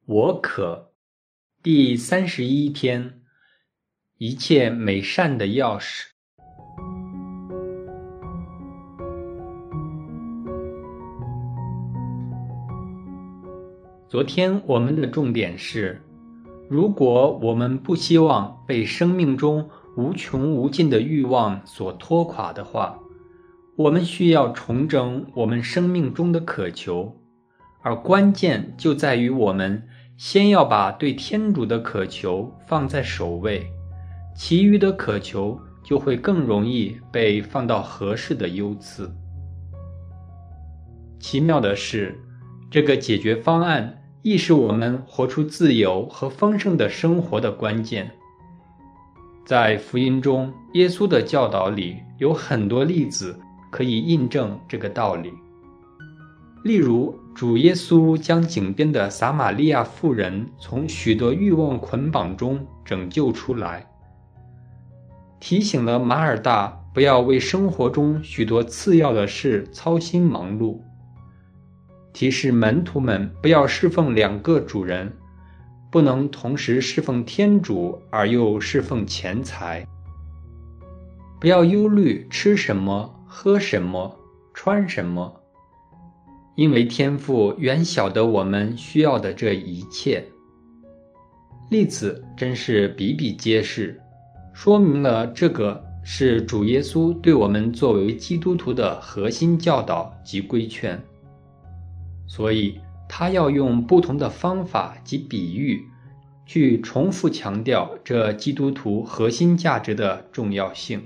我可。第31天，一切美善的钥匙。昨天我们的重点是，如果我们不希望被生命中无穷无尽的欲望所拖垮的话，我们需要重整我们生命中的渴求，而关键就在于我们先要把对天主的渴求放在首位，其余的渴求就会更容易被放到合适的优次。奇妙的是，这个解决方案亦是我们活出自由和丰盛的生活的关键。在福音中，耶稣的教导里有很多例子可以印证这个道理。例如，主耶稣将井边的撒玛利亚妇人从许多欲望捆绑中拯救出来，提醒了马尔大不要为生活中许多次要的事操心忙碌，提示门徒们不要侍奉2个主人，不能同时侍奉天主而又侍奉钱财，不要忧虑吃什么、喝什么、穿什么，因为天父远晓得我们需要的这一切。例子真是比比皆是，说明了这个是主耶稣对我们作为基督徒的核心教导及规劝。所以他要用不同的方法及比喻去重复强调这基督徒核心价值的重要性。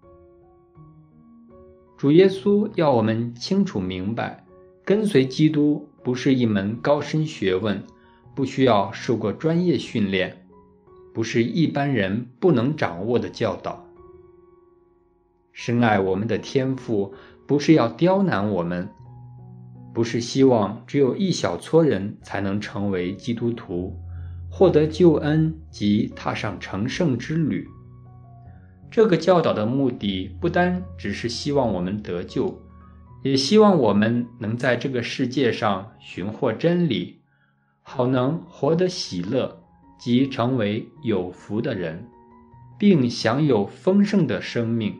主耶稣要我们清楚明白，跟随基督不是一门高深学问，不需要受过专业训练，不是一般人不能掌握的教导。深爱我们的天父不是要刁难我们，不是希望只有一小撮人才能成为基督徒，获得救恩及踏上成圣之旅。这个教导的目的不单只是希望我们得救，也希望我们能在这个世界上寻获真理，好能活得喜乐及成为有福的人，并享有丰盛的生命。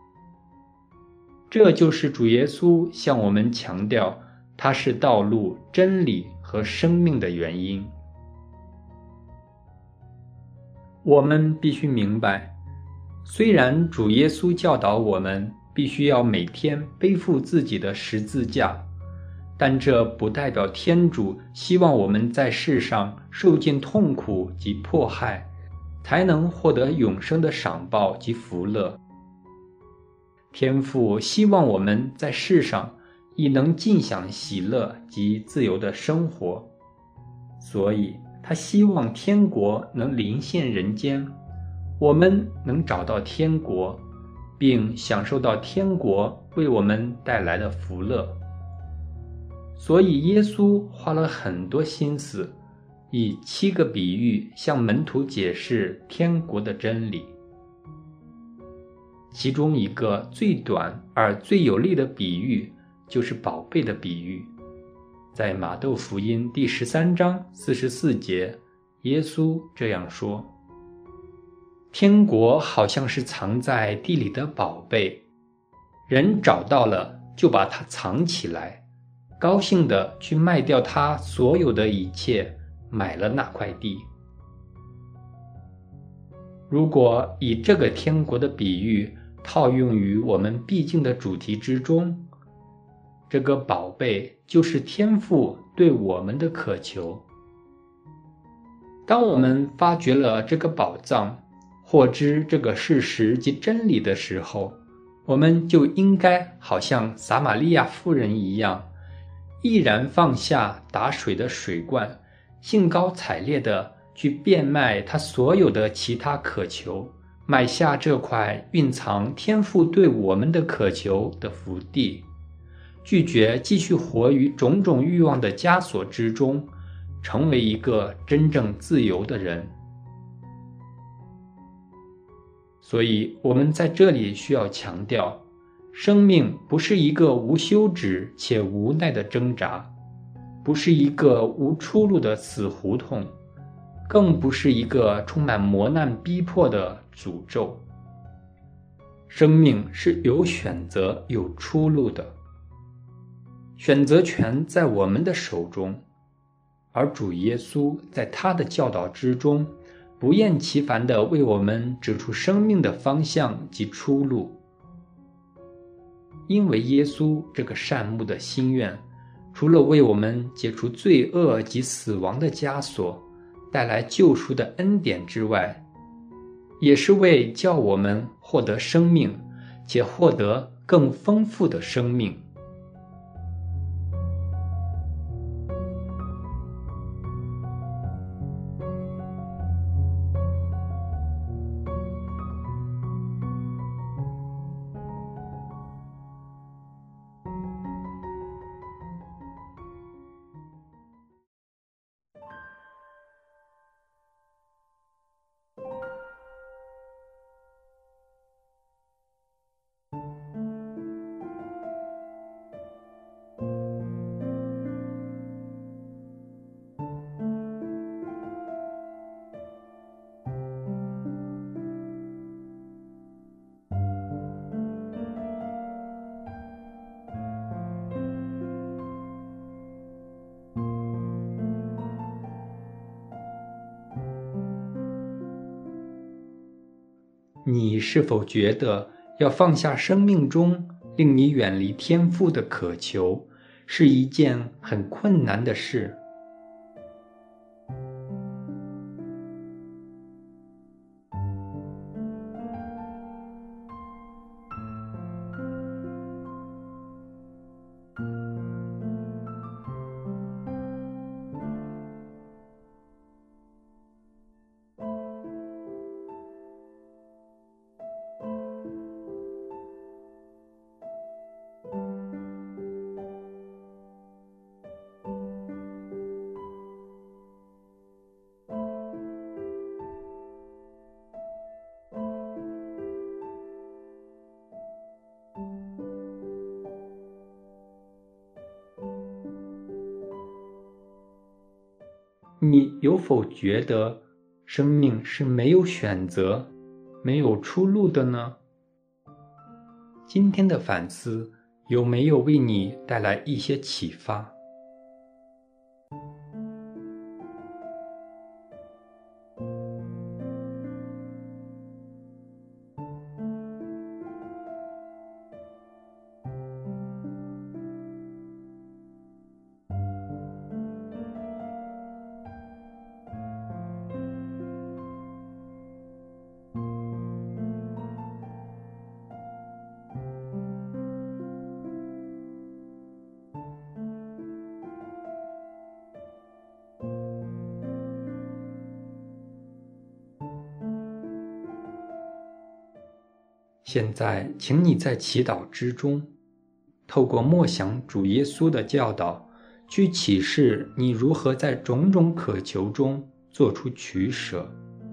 这就是主耶稣向我们强调他是道路、真理和生命的原因。我们必须明白，虽然主耶稣教导我们必须要每天背负自己的十字架，但这不代表天主希望我们在世上受尽痛苦及迫害，才能获得永生的赏报及福乐。天父希望我们在世上亦能尽享喜乐及自由的生活，所以他希望天国能临现人间，我们能找到天国，并享受到天国为我们带来的福乐。所以耶稣花了很多心思，以7个比喻向门徒解释天国的真理。其中一个最短而最有力的比喻就是宝贝的比喻。在马窦福音第13章44节，耶稣这样说：天国好像是藏在地里的宝贝，人找到了就把它藏起来，高兴地去卖掉他所有的一切，买了那块地。如果以这个天国的比喻套用于我们必经的主题之中，这个宝贝就是天父对我们的渴求。当我们发掘了这个宝藏，获知这个事实及真理的时候，我们就应该好像撒玛利亚妇人一样，毅然放下打水的水罐，兴高采烈地去变卖他所有的其他渴求，买下这块蕴藏天父对我们的渴求的福地，拒绝继续活于种种欲望的枷锁之中，成为一个真正自由的人。所以我们在这里需要强调，生命不是一个无休止且无奈的挣扎， 不是一个无出路的死胡同，更不是一个充满磨难逼迫的诅咒。生命是有选择、有出路的，选择权在我们的手中，而主耶稣在他的教导之中，不厌其烦地为我们指出生命的方向及出路。因为耶稣这个善牧的心愿，除了为我们解除罪恶及死亡的枷锁，带来救赎的恩典之外，也是为叫我们获得生命，且获得更丰富的生命。你是否觉得要放下生命中令你远离天父的渴求，是一件很困难的事？你有否觉得生命是没有选择、没有出路的呢？今天的反思有没有为你带来一些启发？现在，请你在祈祷之中，透过默想主耶稣的教导，去启示你如何在种种渴求中做出取舍。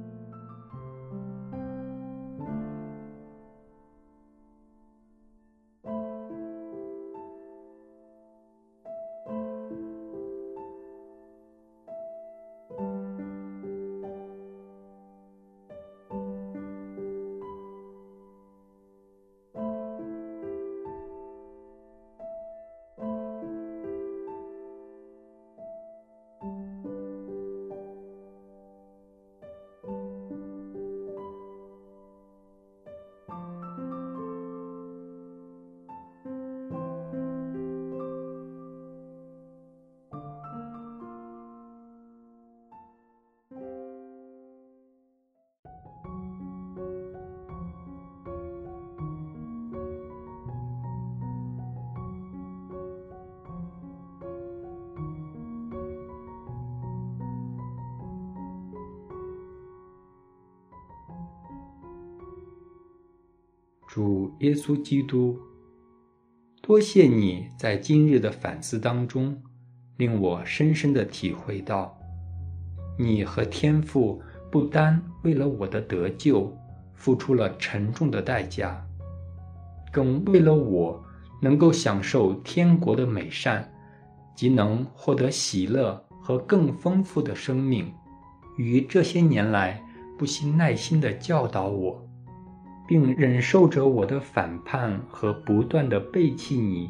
主耶稣基督，多谢你在今日的反思当中，令我深深地体会到，你和天父不单为了我的得救付出了沉重的代价，更为了我能够享受天国的美善， 即能获得喜乐和更丰富的生命，于这些年来不惜耐心地教导我，并忍受着我的反叛和不断地背弃你。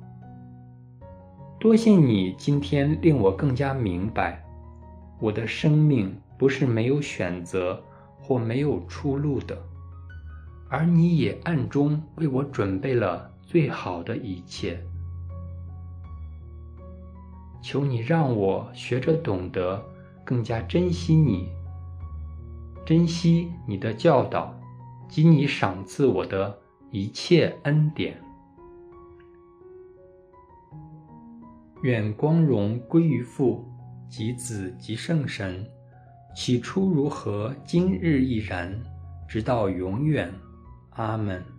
多谢你今天令我更加明白，我的生命不是没有选择或没有出路的，而你也暗中为我准备了最好的一切。求你让我学着懂得更加珍惜你，珍惜你的教导及你赏赐我的一切恩典。愿光荣归于父及子及圣神，起初如何，今日亦然，直到永远。阿们。